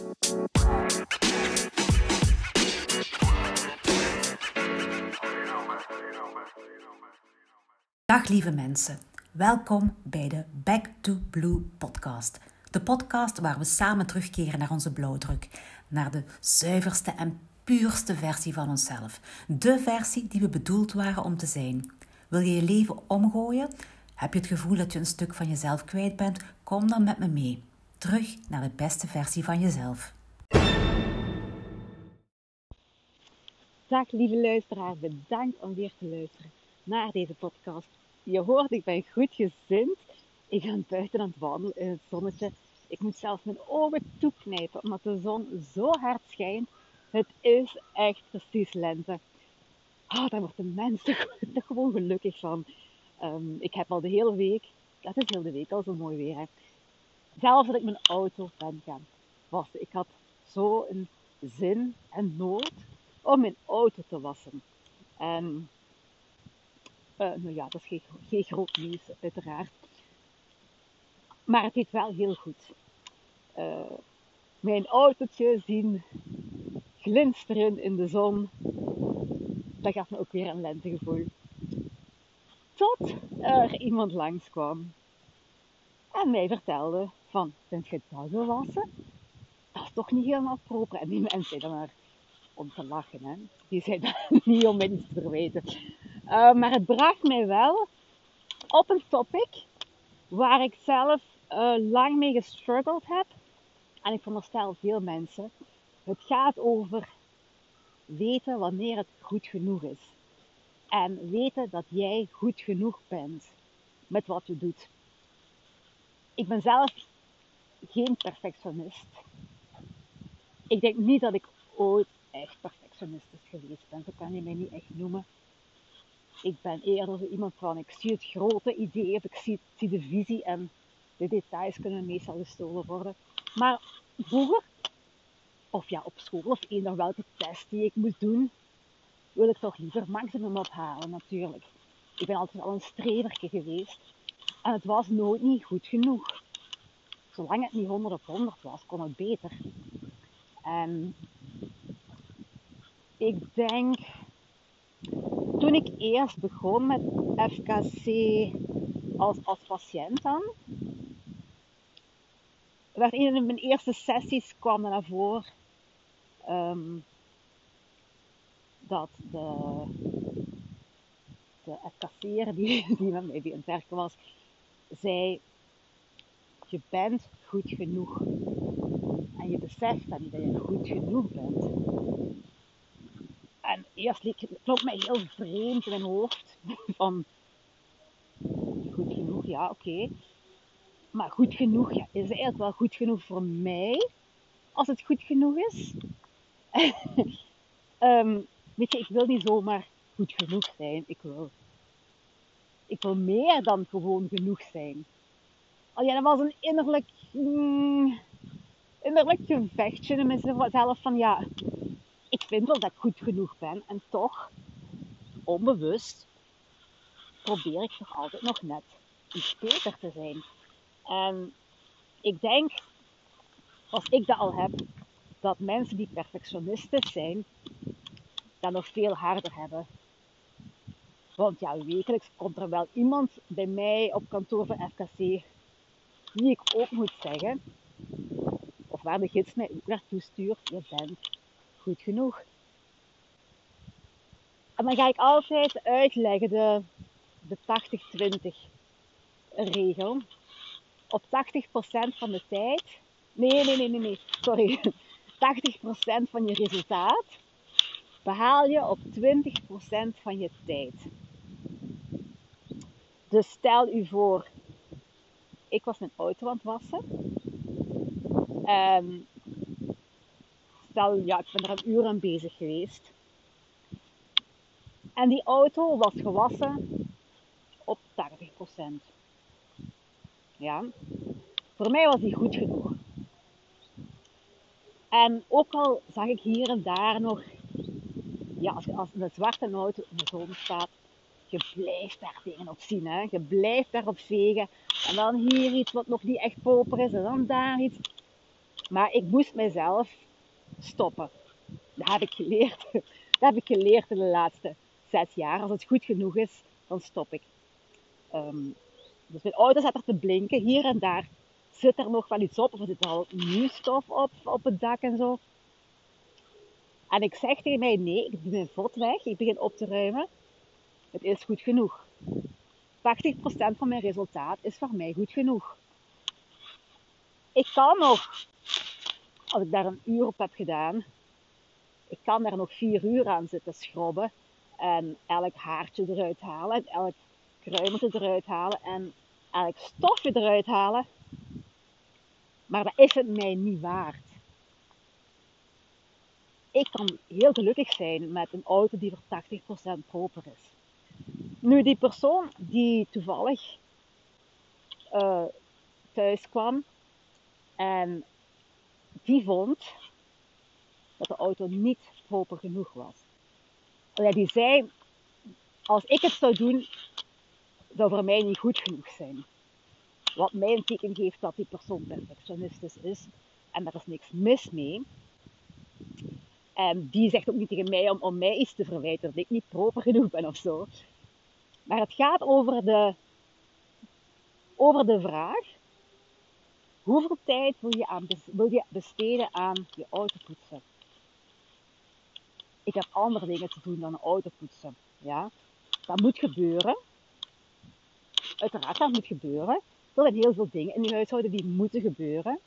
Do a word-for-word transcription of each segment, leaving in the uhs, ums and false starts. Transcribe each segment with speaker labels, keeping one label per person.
Speaker 1: Dag lieve mensen, welkom bij de Back to Blue podcast. De podcast waar we samen terugkeren naar onze blauwdruk, naar de zuiverste en puurste versie van onszelf. De versie die we bedoeld waren om te zijn. Wil je je leven omgooien? Heb je het gevoel dat je een stuk van jezelf kwijt bent? Kom dan met me mee. Terug naar de beste versie van jezelf.
Speaker 2: Dag lieve luisteraar, bedankt om weer te luisteren naar deze podcast. Je hoort, ik ben goed gezind. Ik ben buiten aan het wandelen in het zonnetje. Ik moet zelfs mijn ogen toeknijpen omdat de zon zo hard schijnt. Het is echt precies lente. Ah, daar wordt de mens toch, toch gewoon gelukkig van. Um, ik heb al de hele week, dat is heel de week al zo mooi weer. Hè. Zelfs dat ik mijn auto ben gaan wassen. Ik had zo een zin en nood om mijn auto te wassen. En uh, nou ja, dat is geen, geen groot nieuws uiteraard. Maar het deed wel heel goed. Uh, mijn autootje zien glinsteren in de zon. Dat gaf me ook weer een lentegevoel. Tot er iemand langskwam. En mij vertelde van, vind je het nou gewassen? Dat is toch niet helemaal proper. En die mensen zeiden maar om te lachen. Hè? Die zeiden niet om mij iets te verwijten. Uh, maar het bracht mij wel op een topic waar ik zelf uh, lang mee gestruggeld heb. En ik veronderstel veel mensen. Het gaat over weten wanneer het goed genoeg is. En weten dat jij goed genoeg bent met wat je doet. Ik ben zelf geen perfectionist. Ik denk niet dat ik ooit echt perfectionistisch geweest ben. Zo kan je mij niet echt noemen. Ik ben eerder zo iemand van, ik zie het grote idee, of ik zie, zie de visie en de details kunnen meestal gestolen worden. Maar vroeger, of ja op school, of eender welke test die ik moest doen, wil ik toch liever maximum ophalen natuurlijk. Ik ben altijd al een strevertje geweest. En het was nooit niet goed genoeg. Zolang het niet honderd op honderd was, kon het beter. En ik denk, toen ik eerst begon met F K C als, als patiënt dan, werd een van mijn eerste sessies kwam er naar voren um, dat de, de F K C'er die, die met mij aan het werken was, zei, je bent goed genoeg. En je beseft dan niet dat je goed genoeg bent. En eerst klonk mij heel vreemd in mijn hoofd. Van, goed genoeg, ja oké. Okay. Maar goed genoeg, ja, is het eigenlijk wel goed genoeg voor mij? Als het goed genoeg is? um, weet je, ik wil niet zomaar goed genoeg zijn. Ik wil, ik wil meer dan gewoon genoeg zijn. Oh ja, dat was een innerlijk... Mm, innerlijk gevechtje in mezelf van ja, ik vind wel dat ik goed genoeg ben en toch, onbewust, probeer ik toch altijd nog net iets beter te zijn. En ik denk, als ik dat al heb, dat mensen die perfectionistisch zijn, dat nog veel harder hebben. Want ja, wekelijks komt er wel iemand bij mij op kantoor van F K C, die ik ook moet zeggen, of waar de gids mij ook naartoe stuurt, je bent goed genoeg. En dan ga ik altijd uitleggen de, de tachtig twintig regel. Op tachtig procent van de tijd, nee, nee, nee, nee, nee, sorry, tachtig procent van je resultaat behaal je op twintig procent van je tijd. Dus stel u voor, ik was mijn auto aan het wassen. En stel, ja, ik ben er een uur aan bezig geweest. En die auto was gewassen op tachtig procent. Ja. Voor mij was die goed genoeg. En ook al zag ik hier en daar nog, ja, als, als een zwarte auto in de zon staat, je blijft daar tegenop zien, hè. Je blijft daarop vegen. En dan hier iets wat nog niet echt proper is, en dan daar iets. Maar ik moest mezelf stoppen. Dat heb ik geleerd. Dat heb ik geleerd in de laatste zes jaar. Als het goed genoeg is, dan stop ik. Um, dus mijn auto zat er te blinken. Hier en daar zit er nog wel iets op. Of er zit al nieuwstof op, op het dak en zo. En ik zeg tegen mij, nee, ik doe mijn vod weg. Ik begin op te ruimen. Het is goed genoeg. tachtig procent van mijn resultaat is voor mij goed genoeg. Ik kan nog, als ik daar een uur op heb gedaan, ik kan daar nog vier uur aan zitten schrobben. En elk haartje eruit halen. En elk kruimeltje eruit halen. En elk stofje eruit halen. Maar dat is het mij niet waard. Ik kan heel gelukkig zijn met een auto die voor tachtig procent proper is. Nu, die persoon die toevallig uh, thuis kwam en die vond dat de auto niet proper genoeg was. Allee, die zei, als ik het zou doen, zou voor mij niet goed genoeg zijn. Wat mij een teken geeft dat die persoon perfectionistisch is. En daar is niks mis mee. En die zegt ook niet tegen mij om, om mij iets te verwijten, dat ik niet proper genoeg ben of zo. Maar het gaat over de, over de vraag, hoeveel tijd wil je, aan, wil je besteden aan je auto poetsen? Ik heb andere dingen te doen dan een auto poetsen. Ja? Dat moet gebeuren. Uiteraard, dat moet gebeuren. Er zijn heel veel dingen in je huishouden die moeten gebeuren.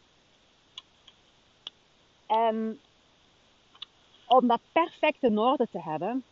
Speaker 2: En om dat perfect in orde te hebben,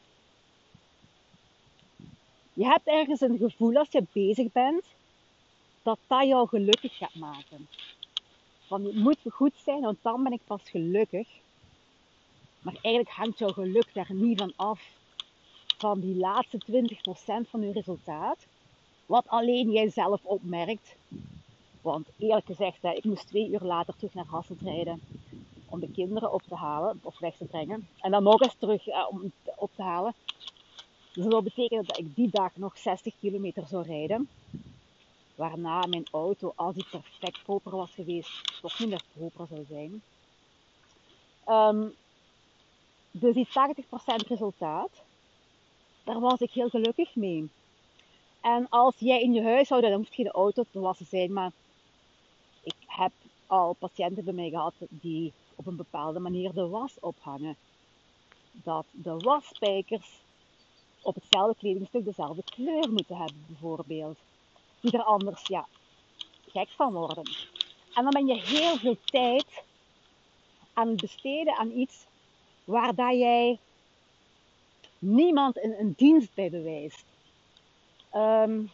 Speaker 2: je hebt ergens een gevoel als je bezig bent, dat dat jou gelukkig gaat maken. Van het moet goed zijn, want dan ben ik pas gelukkig. Maar eigenlijk hangt jouw geluk daar niet van af. Van die laatste twintig procent van je resultaat. Wat alleen jij zelf opmerkt. Want eerlijk gezegd, ik moest twee uur later terug naar Hasselt rijden. Om de kinderen op te halen of weg te brengen. En dan nog eens terug eh, om op te halen. Dus dat wil betekenen dat ik die dag nog zestig kilometer zou rijden. Waarna mijn auto, als die perfect proper was geweest, toch niet meer proper zou zijn. Um, dus die tachtig procent resultaat, daar was ik heel gelukkig mee. En als jij in je huishouden, dan hoeft geen auto te wassen zijn, maar ik heb al patiënten bij mij gehad die op een bepaalde manier de was ophangen. Dat de wasspijkers op hetzelfde kledingstuk dezelfde kleur moeten hebben, bijvoorbeeld. Die er anders, ja, gek van worden. En dan ben je heel veel tijd aan het besteden aan iets waar dat jij niemand een, een dienst bij bewijst. Um,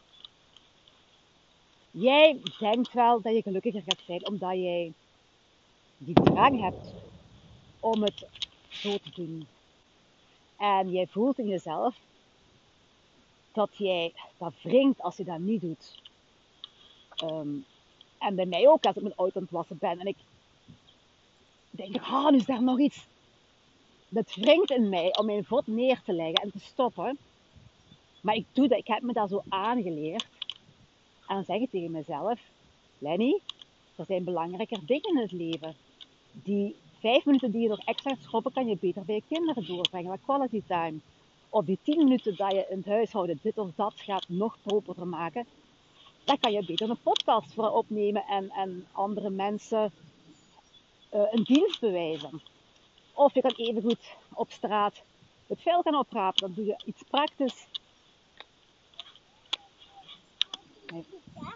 Speaker 2: jij denkt wel dat je gelukkiger gaat zijn omdat jij die drang hebt om het zo te doen. En jij voelt in jezelf dat jij dat wringt als je dat niet doet. Um, en bij mij ook, als ik mijn auto aan het wassen ben en ik denk, ah, nu is daar nog iets. Dat wringt in mij om mijn vod neer te leggen en te stoppen. Maar ik doe dat, ik heb me dat zo aangeleerd. En dan zeg ik tegen mezelf, Lenny, er zijn belangrijker dingen in het leven. Die vijf minuten die je nog extra schroppen, kan je beter bij je kinderen doorbrengen met quality time. Of die tien minuten dat je in het huishouden dit of dat gaat nog properder maken, daar kan je beter een podcast voor opnemen en, en andere mensen uh, een dienst bewijzen. Of je kan even goed op straat het vuil gaan oprapen, dan doe je iets praktisch. Nee.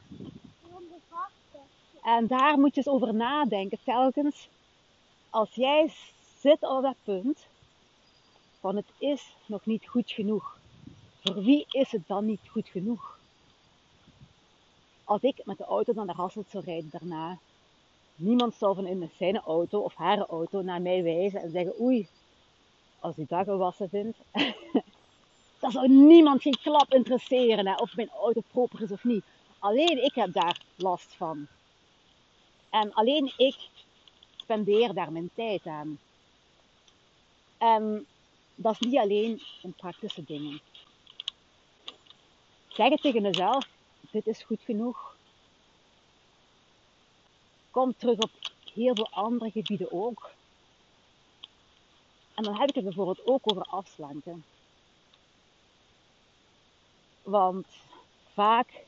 Speaker 2: En daar moet je eens over nadenken, telkens. Als jij zit op dat punt van het is nog niet goed genoeg. Voor wie is het dan niet goed genoeg? Als ik met de auto dan naar Hasselt zou rijden daarna, niemand zou van in zijn auto of haar auto naar mij wijzen en zeggen, oei, als die dag gewassen vindt, dat zou niemand geen klap interesseren, hè, of mijn auto proper is of niet. Alleen ik heb daar last van. En alleen ik spendeer daar mijn tijd aan. En dat is niet alleen in praktische dingen. Zeg het tegen mezelf, dit is goed genoeg. Kom terug op heel veel andere gebieden ook. En dan heb ik het bijvoorbeeld ook over afslanken. Want vaak,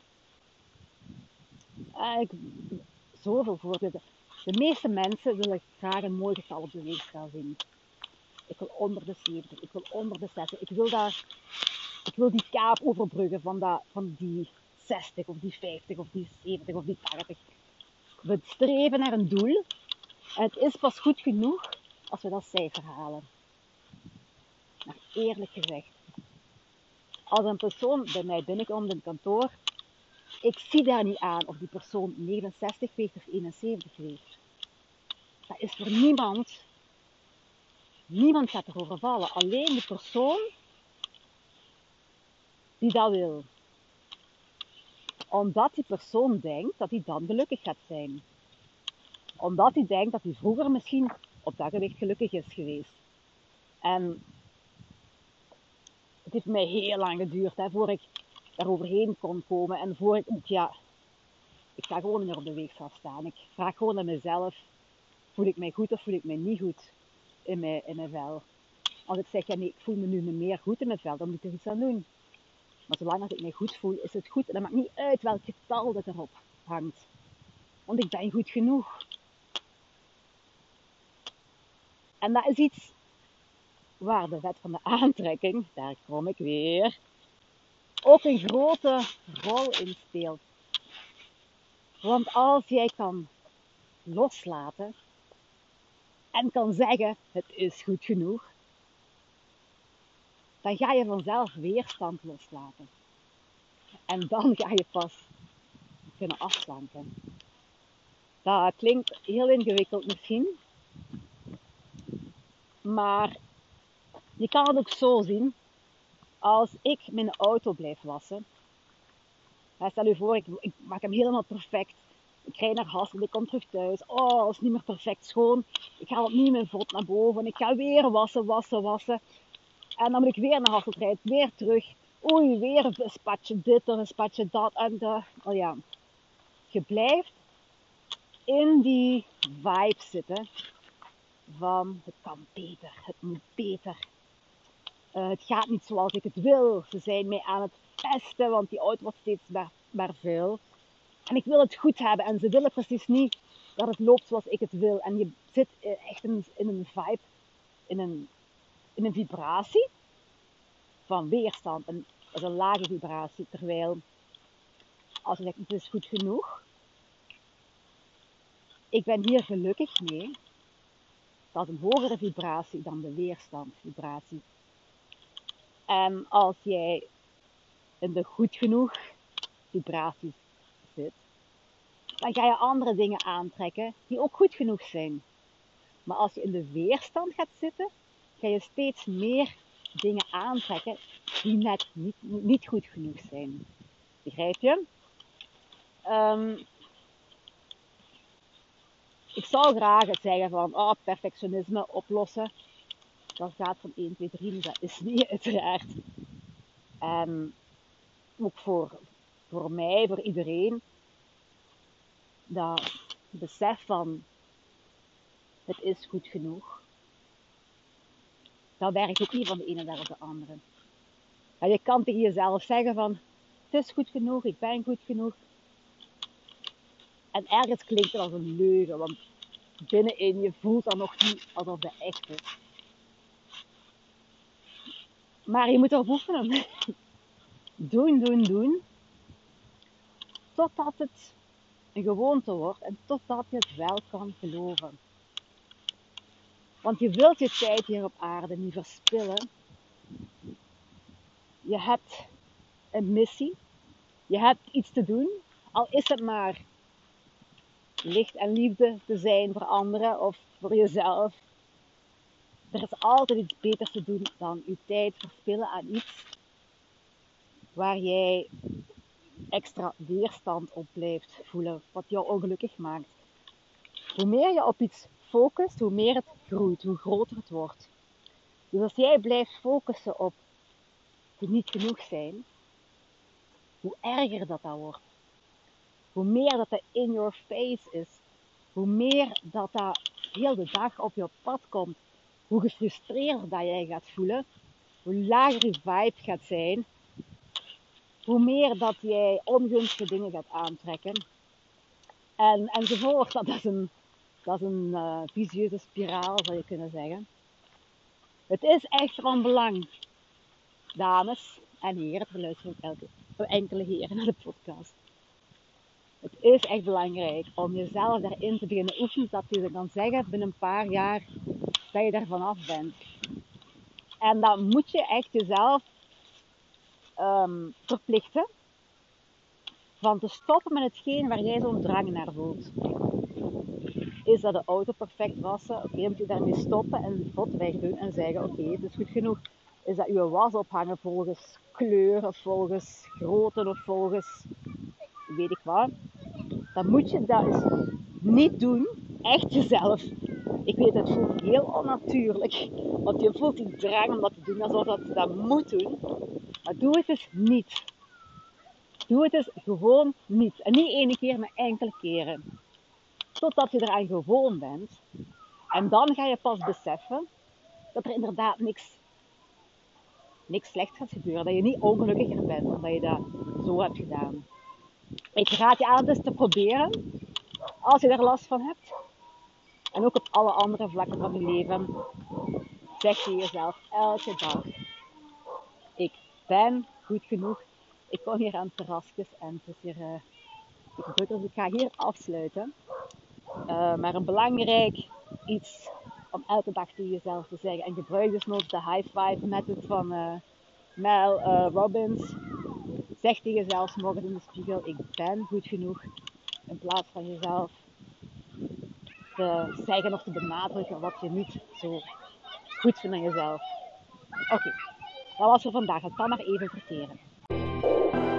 Speaker 2: eh, ik, zoveel voorbeelden. De meeste mensen willen graag een mooi getal op de weegschaal zien. Ik wil onder de zeventig, ik wil onder de zestig. Ik wil, daar, ik wil die kaap overbruggen van, dat, van die zestig of die vijftig of die zeventig of die tachtig. We streven naar een doel. En het is pas goed genoeg als we dat cijfer halen. Maar eerlijk gezegd, als een persoon bij mij binnenkomt in het kantoor, ik zie daar niet aan of die persoon negenenzestig weegt of eenenzeventig weegt. Dat is voor niemand. Niemand gaat erover vallen. Alleen de persoon die dat wil. Omdat die persoon denkt dat hij dan gelukkig gaat zijn. Omdat hij denkt dat hij vroeger misschien op dat gewicht gelukkig is geweest. En het heeft mij heel lang geduurd hè, voor ik daar overheen kon komen. En voor ik ook, ja, ik ga gewoon niet meer op de weegschaal staan. Ik vraag gewoon aan mezelf, voel ik mij goed of voel ik mij niet goed in mijn, in mijn vel? Als ik zeg, ja nee, ik voel me nu meer goed in mijn vel, dan moet ik er iets aan doen. Maar zolang als ik mij goed voel, is het goed. En dat maakt niet uit welk getal dat erop hangt. Want ik ben goed genoeg. En dat is iets waar de wet van de aantrekking, daar kom ik weer, ook een grote rol in speelt. Want als jij kan loslaten en kan zeggen, het is goed genoeg, dan ga je vanzelf weerstand loslaten. En dan ga je pas kunnen afslanken. Dat klinkt heel ingewikkeld misschien. Maar je kan het ook zo zien. Als ik mijn auto blijf wassen. Stel je voor, ik, ik maak hem helemaal perfect. Ik rijd naar Hasselt, ik kom terug thuis. Oh, het is niet meer perfect schoon. Ik ga opnieuw mijn vod naar boven. Ik ga weer wassen, wassen, wassen. En dan moet ik weer naar Hasselt rijden, weer terug. Oei, weer een spatje dit of een spatje dat. En de, oh ja, je blijft in die vibe zitten van het kan beter, het moet beter. Uh, het gaat niet zoals ik het wil. Ze zijn mij aan het pesten, want die auto wordt steeds maar, maar vuil. En ik wil het goed hebben en ze willen precies niet dat het loopt zoals ik het wil. En je zit echt in, in een vibe, in een, in een vibratie van weerstand. En dat is een lage vibratie, terwijl als je zegt het is goed genoeg, ik ben hier gelukkig mee, dat is een hogere vibratie dan de weerstandsvibratie. En als jij in de goed genoeg vibraties zit, dan ga je andere dingen aantrekken die ook goed genoeg zijn. Maar als je in de weerstand gaat zitten, ga je steeds meer dingen aantrekken die net niet, niet goed genoeg zijn. Begrijp je? Um, ik zou graag het zeggen van oh, perfectionisme oplossen. Dat gaat van één, twee, drie, dus dat is niet uiteraard. En ook voor, voor mij, voor iedereen, dat besef van het is goed genoeg, dat werkt ook niet van de ene dag op de andere. En je kan tegen jezelf zeggen van het is goed genoeg, ik ben goed genoeg. En ergens klinkt het als een leugen, want binnenin je voelt dan nog niet alsof dat echt is. Maar je moet erop oefenen. Doen, doen, doen. Totdat het een gewoonte wordt en totdat je het wel kan geloven. Want je wilt je tijd hier op aarde niet verspillen. Je hebt een missie. Je hebt iets te doen. Al is het maar licht en liefde te zijn voor anderen of voor jezelf. Er is altijd iets beters te doen dan je tijd verspillen aan iets waar jij extra weerstand op blijft voelen, wat jou ongelukkig maakt. Hoe meer je op iets focust, hoe meer het groeit, hoe groter het wordt. Dus als jij blijft focussen op het niet genoeg zijn, hoe erger dat dan wordt. Hoe meer dat er in your face is. hoe meer dat dat heel de dag op je pad komt, hoe gefrustreerder dat jij gaat voelen, hoe lager je vibe gaat zijn, hoe meer dat jij ongunstige dingen gaat aantrekken. En, enzovoort. Dat is een, dat is een uh, vicieuze spiraal, zou je kunnen zeggen. Het is echt van belang, dames en heren, er luisteren ook elke, enkele heren naar de podcast. Het is echt belangrijk om jezelf daarin te beginnen oefenen, dat je kan zeggen binnen een paar jaar dat je er vanaf bent. En dan moet je echt jezelf um, verplichten van te stoppen met hetgeen waar jij zo'n drang naar voelt. Is dat de auto perfect wassen? Oké, okay, dan moet je daarmee stoppen en het bot wegdoen en zeggen, oké, okay, het is goed genoeg. Is dat je was ophangen volgens kleur of volgens grootte of volgens weet ik wat. Dan moet je dat niet doen. Echt jezelf. Ik weet, het voelt heel onnatuurlijk. Want je voelt die drang om dat te doen alsof dat je dat moet doen. Maar doe het dus niet. Doe het dus gewoon niet. En niet ene keer, maar enkele keren. Totdat je eraan gewoon bent. En dan ga je pas beseffen dat er inderdaad niks, niks slechts gaat gebeuren. Dat je niet ongelukkiger bent omdat je dat zo hebt gedaan. Ik raad je aan dus te proberen. Als je er last van hebt. En ook op alle andere vlakken van je leven. Zeg je jezelf elke dag. Ik ben goed genoeg. Ik kom hier aan het terrasjes en het is hier uh, super druk, dus ik ga hier afsluiten. Uh, maar een belangrijk iets om elke dag tegen jezelf te zeggen. En gebruik dus nog de high five method van uh, Mel uh, Robbins. Zeg tegen jezelf morgen in de spiegel, ik ben goed genoeg. In plaats van jezelf te zeggen of te benadrukken wat je niet zo goed vindt aan jezelf. Oké, okay. Dat was voor vandaag. Ik kan maar even verteren.